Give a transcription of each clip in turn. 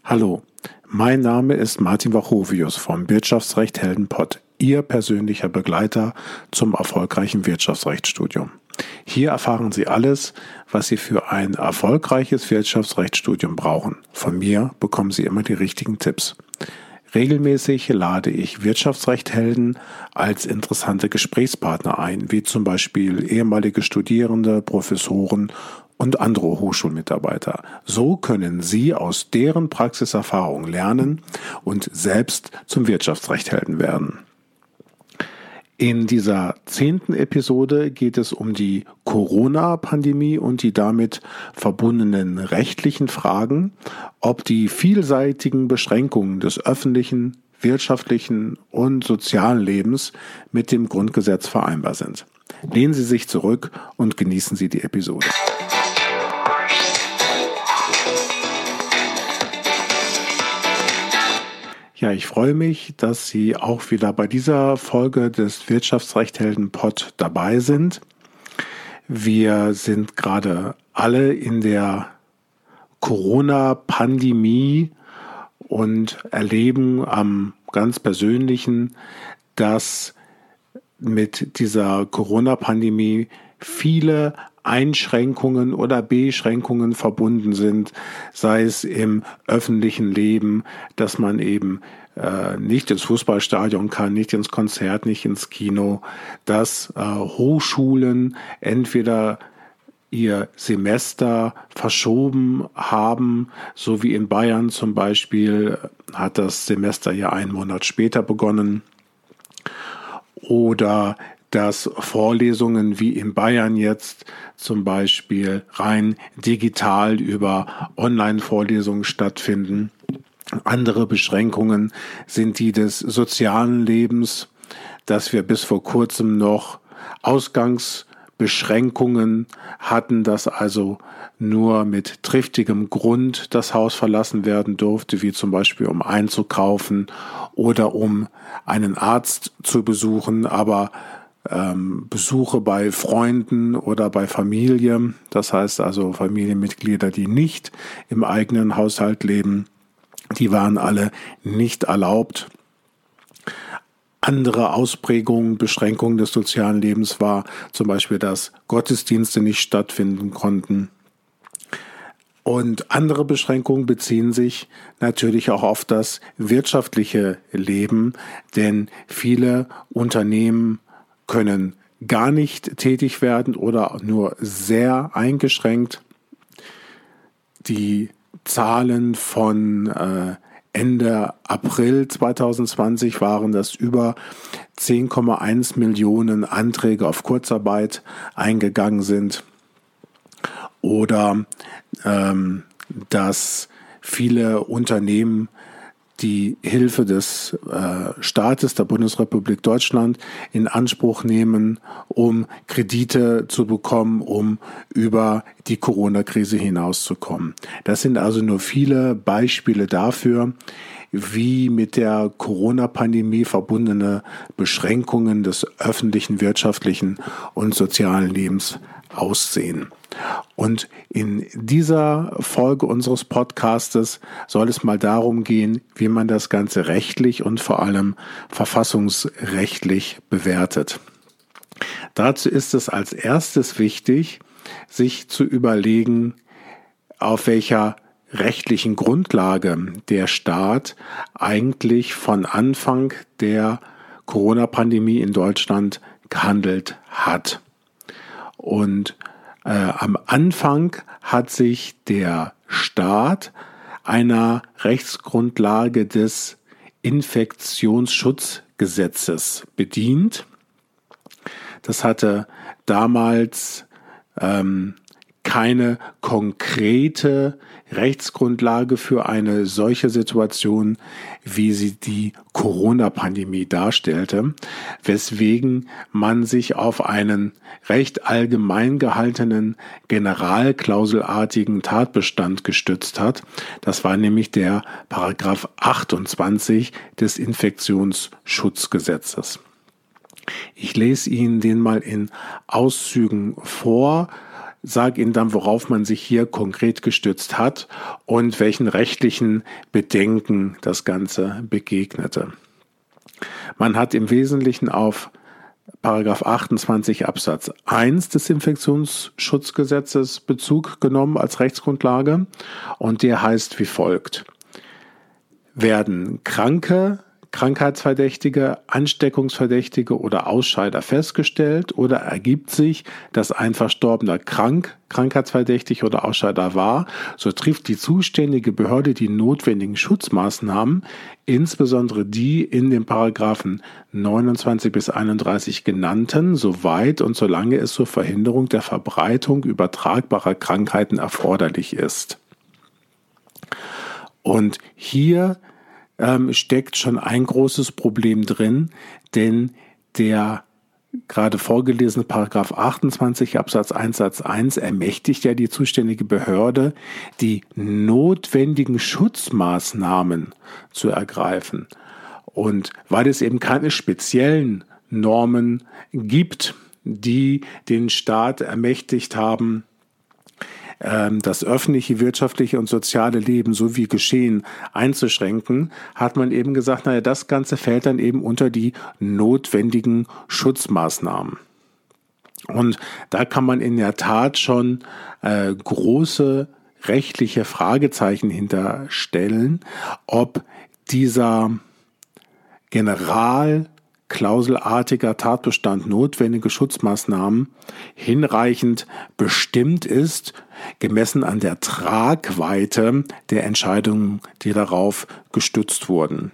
Hallo, mein Name ist Martin Wachovius vom Wirtschaftsrecht Heldenpott, Ihr persönlicher Begleiter zum erfolgreichen Wirtschaftsrechtsstudium. Hier erfahren Sie alles, was Sie für ein erfolgreiches Wirtschaftsrechtsstudium brauchen. Von mir bekommen Sie immer die richtigen Tipps. Regelmäßig lade ich Wirtschaftsrechthelden als interessante Gesprächspartner ein, wie zum Beispiel ehemalige Studierende, Professoren und andere Hochschulmitarbeiter. So können Sie aus deren Praxiserfahrung lernen und selbst zum Wirtschaftsrechthelden werden. In dieser 10. Episode geht es um die Corona-Pandemie und die damit verbundenen rechtlichen Fragen, ob die vielseitigen Beschränkungen des öffentlichen, wirtschaftlichen und sozialen Lebens mit dem Grundgesetz vereinbar sind. Lehnen Sie sich zurück und genießen Sie die Episode. Ja, ich freue mich, dass Sie auch wieder bei dieser Folge des Wirtschaftsrechthelden-Pod dabei sind. Wir sind gerade alle in der Corona-Pandemie und erleben am ganz Persönlichen, dass mit dieser Corona-Pandemie viele Einschränkungen oder Beschränkungen verbunden sind, sei es im öffentlichen Leben, dass man eben nicht ins Fußballstadion kann, nicht ins Konzert, nicht ins Kino, dass Hochschulen entweder ihr Semester verschoben haben, so wie in Bayern zum Beispiel hat das Semester ja einen Monat später begonnen, oder dass Vorlesungen wie in Bayern jetzt zum Beispiel rein digital über Online-Vorlesungen stattfinden. Andere Beschränkungen sind die des sozialen Lebens, dass wir bis vor kurzem noch Ausgangsbeschränkungen hatten, dass also nur mit triftigem Grund das Haus verlassen werden durfte, wie zum Beispiel um einzukaufen oder um einen Arzt zu besuchen, aber Besuche bei Freunden oder bei Familie, das heißt also Familienmitglieder, die nicht im eigenen Haushalt leben, die waren alle nicht erlaubt. Andere Ausprägungen, Beschränkungen des sozialen Lebens war zum Beispiel, dass Gottesdienste nicht stattfinden konnten. Und andere Beschränkungen beziehen sich natürlich auch auf das wirtschaftliche Leben, denn viele Unternehmen können gar nicht tätig werden oder nur sehr eingeschränkt. Die Zahlen von Ende April 2020 waren, dass über 10,1 Millionen Anträge auf Kurzarbeit eingegangen sind oder dass viele Unternehmen die Hilfe des Staates der Bundesrepublik Deutschland in Anspruch nehmen, um Kredite zu bekommen, um über die Corona-Krise hinauszukommen. Das sind also nur viele Beispiele dafür, wie mit der Corona-Pandemie verbundene Beschränkungen des öffentlichen, wirtschaftlichen und sozialen Lebens aussehen. Und in dieser Folge unseres Podcastes soll es mal darum gehen, wie man das Ganze rechtlich und vor allem verfassungsrechtlich bewertet. Dazu ist es als erstes wichtig, sich zu überlegen, auf welcher rechtlichen Grundlage der Staat eigentlich von Anfang der Corona-Pandemie in Deutschland gehandelt hat. Und am Anfang hat sich der Staat einer Rechtsgrundlage des Infektionsschutzgesetzes bedient. Das hatte damals keine konkrete Rechtsgrundlage für eine solche Situation, wie sie die Corona-Pandemie darstellte, weswegen man sich auf einen recht allgemein gehaltenen, generalklauselartigen Tatbestand gestützt hat. Das war nämlich der Paragraph 28 des Infektionsschutzgesetzes. Ich lese Ihnen den mal in Auszügen vor. sage Ihnen dann, worauf man sich hier konkret gestützt hat und welchen rechtlichen Bedenken das Ganze begegnete. Man hat im Wesentlichen auf Paragraph 28 Absatz 1 des Infektionsschutzgesetzes Bezug genommen als Rechtsgrundlage und der heißt wie folgt: Werden Kranke, Krankheitsverdächtige, Ansteckungsverdächtige oder Ausscheider festgestellt oder ergibt sich, dass ein Verstorbener krankheitsverdächtig oder Ausscheider war, so trifft die zuständige Behörde die notwendigen Schutzmaßnahmen, insbesondere die in den Paragraphen 29 bis 31 genannten, soweit und solange es zur Verhinderung der Verbreitung übertragbarer Krankheiten erforderlich ist. Und hier steckt schon ein großes Problem drin, denn der gerade vorgelesene Paragraph 28 Absatz 1 Satz 1 ermächtigt ja die zuständige Behörde, die notwendigen Schutzmaßnahmen zu ergreifen. Und weil es eben keine speziellen Normen gibt, die den Staat ermächtigt haben, das öffentliche, wirtschaftliche und soziale Leben sowie Geschehen einzuschränken, hat man eben gesagt, naja, das Ganze fällt dann eben unter die notwendigen Schutzmaßnahmen. Und da kann man in der Tat schon große rechtliche Fragezeichen hinterstellen, ob dieser klauselartiger Tatbestand notwendige Schutzmaßnahmen hinreichend bestimmt ist, gemessen an der Tragweite der Entscheidungen, die darauf gestützt wurden.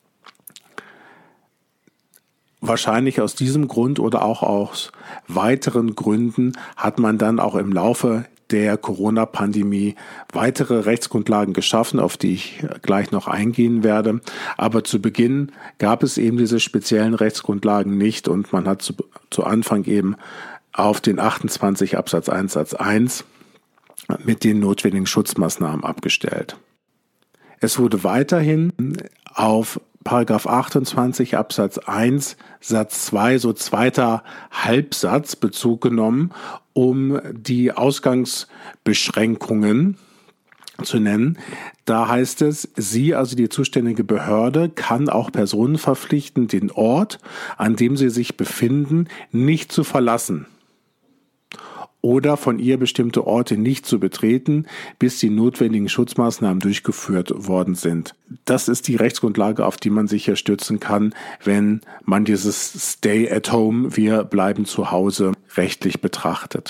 Wahrscheinlich aus diesem Grund oder auch aus weiteren Gründen hat man dann auch im Laufe der Corona-Pandemie weitere Rechtsgrundlagen geschaffen, auf die ich gleich noch eingehen werde. Aber zu Beginn gab es eben diese speziellen Rechtsgrundlagen nicht und man hat zu Anfang eben auf den 28 Absatz 1 Satz 1 mit den notwendigen Schutzmaßnahmen abgestellt. Es wurde weiterhin auf Paragraph 28 Absatz 1 Satz 2, so zweiter Halbsatz, Bezug genommen, um die Ausgangsbeschränkungen zu nennen. Da heißt es, sie, also die zuständige Behörde, kann auch Personen verpflichten, den Ort, an dem sie sich befinden, nicht zu verlassen oder von ihr bestimmte Orte nicht zu betreten, bis die notwendigen Schutzmaßnahmen durchgeführt worden sind. Das ist die Rechtsgrundlage, auf die man sich hier stützen kann, wenn man dieses Stay at Home, wir bleiben zu Hause, rechtlich betrachtet.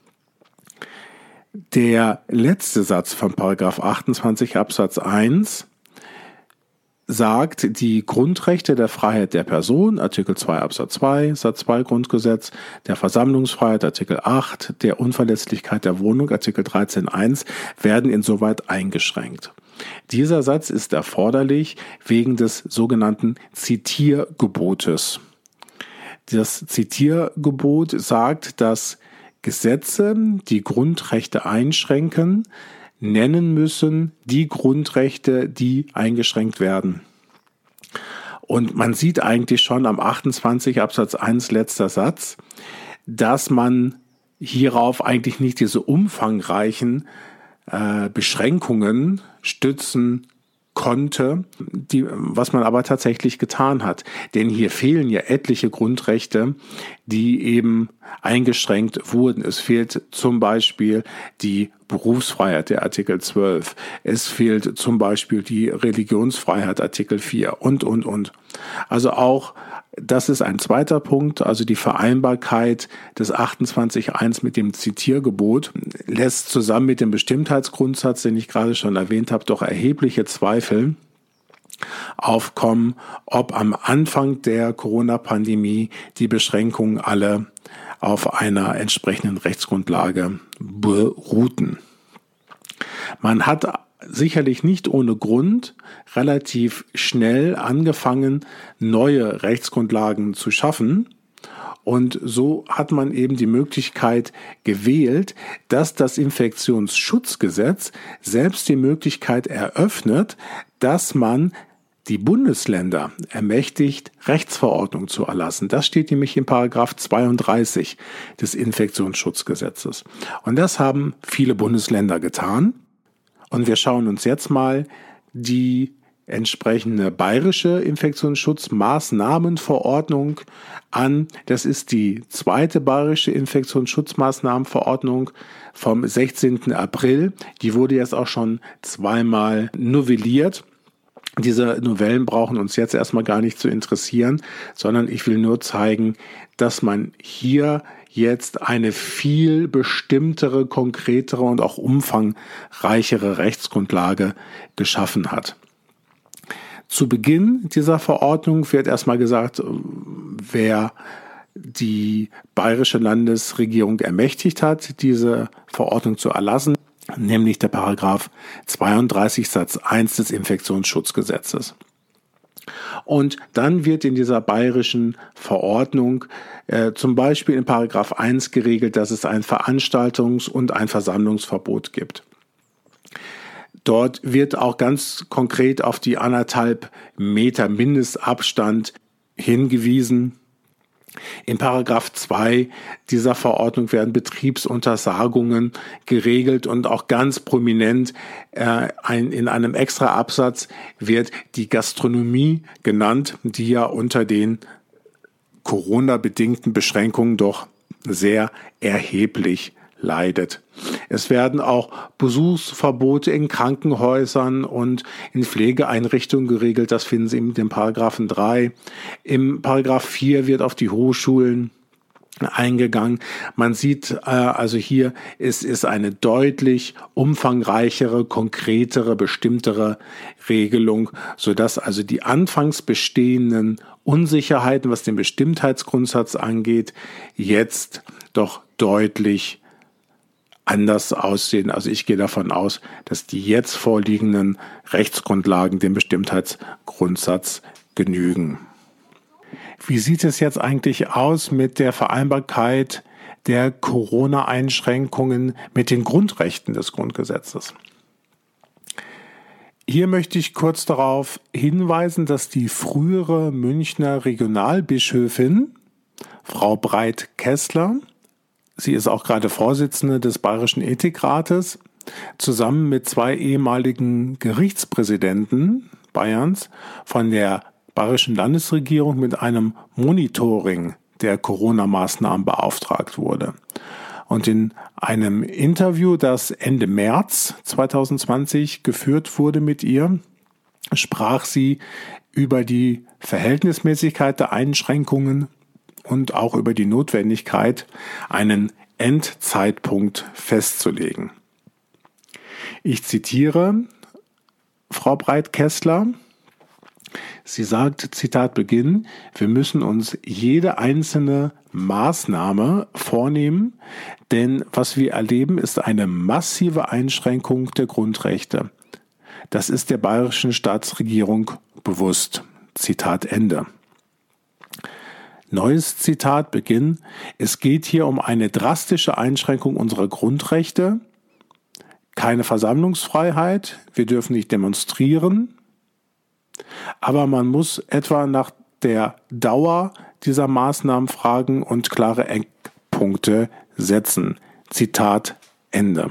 Der letzte Satz von Paragraph 28 Absatz 1 sagt, die Grundrechte der Freiheit der Person, Artikel 2 Absatz 2, Satz 2 Grundgesetz, der Versammlungsfreiheit, Artikel 8, der Unverletzlichkeit der Wohnung, Artikel 13.1, werden insoweit eingeschränkt. Dieser Satz ist erforderlich wegen des sogenannten Zitiergebotes. Das Zitiergebot sagt, dass Gesetze, die Grundrechte einschränken, nennen müssen die Grundrechte, die eingeschränkt werden. Und man sieht eigentlich schon am 28 Absatz 1 letzter Satz, dass man hierauf eigentlich nicht diese umfangreichen Beschränkungen stützen konnte, was man aber tatsächlich getan hat. Denn hier fehlen ja etliche Grundrechte, die eben eingeschränkt wurden. Es fehlt zum Beispiel die Berufsfreiheit, der Artikel 12. Es fehlt zum Beispiel die Religionsfreiheit, Artikel 4 und. Also auch, das ist ein zweiter Punkt, also die Vereinbarkeit des 28.1 mit dem Zitiergebot lässt zusammen mit dem Bestimmtheitsgrundsatz, den ich gerade schon erwähnt habe, doch erhebliche Zweifel aufkommen, ob am Anfang der Corona-Pandemie die Beschränkungen alle auf einer entsprechenden Rechtsgrundlage beruhten. Man hat sicherlich nicht ohne Grund relativ schnell angefangen, neue Rechtsgrundlagen zu schaffen. Und so hat man eben die Möglichkeit gewählt, dass das Infektionsschutzgesetz selbst die Möglichkeit eröffnet, dass man die Bundesländer ermächtigt, Rechtsverordnungen zu erlassen. Das steht nämlich in Paragraph 32 des Infektionsschutzgesetzes. Und das haben viele Bundesländer getan. Und wir schauen uns jetzt mal die entsprechende bayerische Infektionsschutzmaßnahmenverordnung an. Das ist die zweite bayerische Infektionsschutzmaßnahmenverordnung vom 16. April. Die wurde jetzt auch schon zweimal novelliert. Diese Novellen brauchen uns jetzt erstmal gar nicht zu interessieren, sondern ich will nur zeigen, dass man hier jetzt eine viel bestimmtere, konkretere und auch umfangreichere Rechtsgrundlage geschaffen hat. Zu Beginn dieser Verordnung wird erstmal gesagt, wer die bayerische Landesregierung ermächtigt hat, diese Verordnung zu erlassen, nämlich der Paragraph 32 Satz 1 des Infektionsschutzgesetzes. Und dann wird in dieser bayerischen Verordnung zum Beispiel in Paragraph 1 geregelt, dass es ein Veranstaltungs- und ein Versammlungsverbot gibt. Dort wird auch ganz konkret auf die 1,5 Meter Mindestabstand hingewiesen. In Paragraph 2 dieser Verordnung werden Betriebsuntersagungen geregelt und auch ganz prominent in einem extra Absatz wird die Gastronomie genannt, die ja unter den Corona-bedingten Beschränkungen doch sehr erheblich leidet. Es werden auch Besuchsverbote in Krankenhäusern und in Pflegeeinrichtungen geregelt. Das finden Sie in dem Paragraphen 3. Im Paragraph 4 wird auf die Hochschulen eingegangen. Man sieht also hier, es ist eine deutlich umfangreichere, konkretere, bestimmtere Regelung, sodass also die anfangs bestehenden Unsicherheiten, was den Bestimmtheitsgrundsatz angeht, jetzt doch deutlich anders aussehen. Also ich gehe davon aus, dass die jetzt vorliegenden Rechtsgrundlagen dem Bestimmtheitsgrundsatz genügen. Wie sieht es jetzt eigentlich aus mit der Vereinbarkeit der Corona-Einschränkungen mit den Grundrechten des Grundgesetzes? Hier möchte ich kurz darauf hinweisen, dass die frühere Münchner Regionalbischöfin, Frau Breit-Kessler, sie ist auch gerade Vorsitzende des Bayerischen Ethikrates, zusammen mit 2 ehemaligen Gerichtspräsidenten Bayerns von der Bayerischen Landesregierung mit einem Monitoring der Corona-Maßnahmen beauftragt wurde. Und in einem Interview, das Ende März 2020 geführt wurde mit ihr, sprach sie über die Verhältnismäßigkeit der Einschränkungen und auch über die Notwendigkeit, einen Endzeitpunkt festzulegen. Ich zitiere Frau Breit-Kessler. Sie sagt, Zitat Beginn, wir müssen uns jede einzelne Maßnahme vornehmen, denn was wir erleben, ist eine massive Einschränkung der Grundrechte. Das ist der bayerischen Staatsregierung bewusst. Zitat Ende. Neues Zitat Beginn. Es geht hier um eine drastische Einschränkung unserer Grundrechte. Keine Versammlungsfreiheit. Wir dürfen nicht demonstrieren. Aber man muss etwa nach der Dauer dieser Maßnahmen fragen und klare Eckpunkte setzen. Zitat Ende.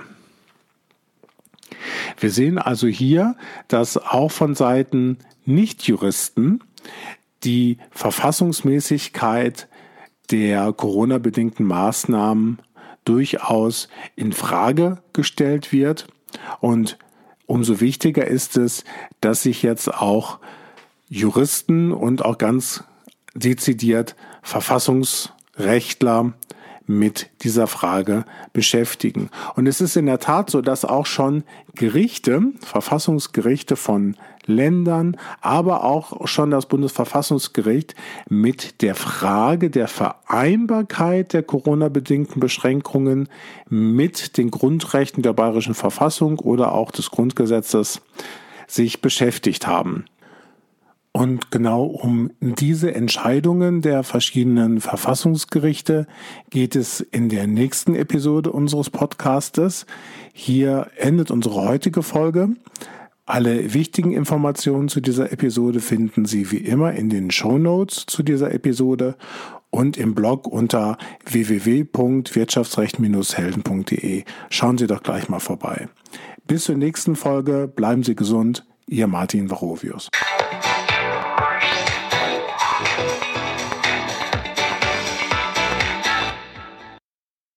Wir sehen also hier, dass auch von Seiten Nichtjuristen die Verfassungsmäßigkeit der Corona-bedingten Maßnahmen durchaus in Frage gestellt wird. Und umso wichtiger ist es, dass sich jetzt auch Juristen und auch ganz dezidiert Verfassungsrechtler mit dieser Frage beschäftigen. Und es ist in der Tat so, dass auch schon Gerichte, Verfassungsgerichte von Ländern, aber auch schon das Bundesverfassungsgericht mit der Frage der Vereinbarkeit der Corona-bedingten Beschränkungen mit den Grundrechten der Bayerischen Verfassung oder auch des Grundgesetzes sich beschäftigt haben. Und genau um diese Entscheidungen der verschiedenen Verfassungsgerichte geht es in der nächsten Episode unseres Podcastes. Hier endet unsere heutige Folge. Alle wichtigen Informationen zu dieser Episode finden Sie wie immer in den Shownotes zu dieser Episode und im Blog unter www.wirtschaftsrecht-helden.de. Schauen Sie doch gleich mal vorbei. Bis zur nächsten Folge. Bleiben Sie gesund. Ihr Martin Wachovius.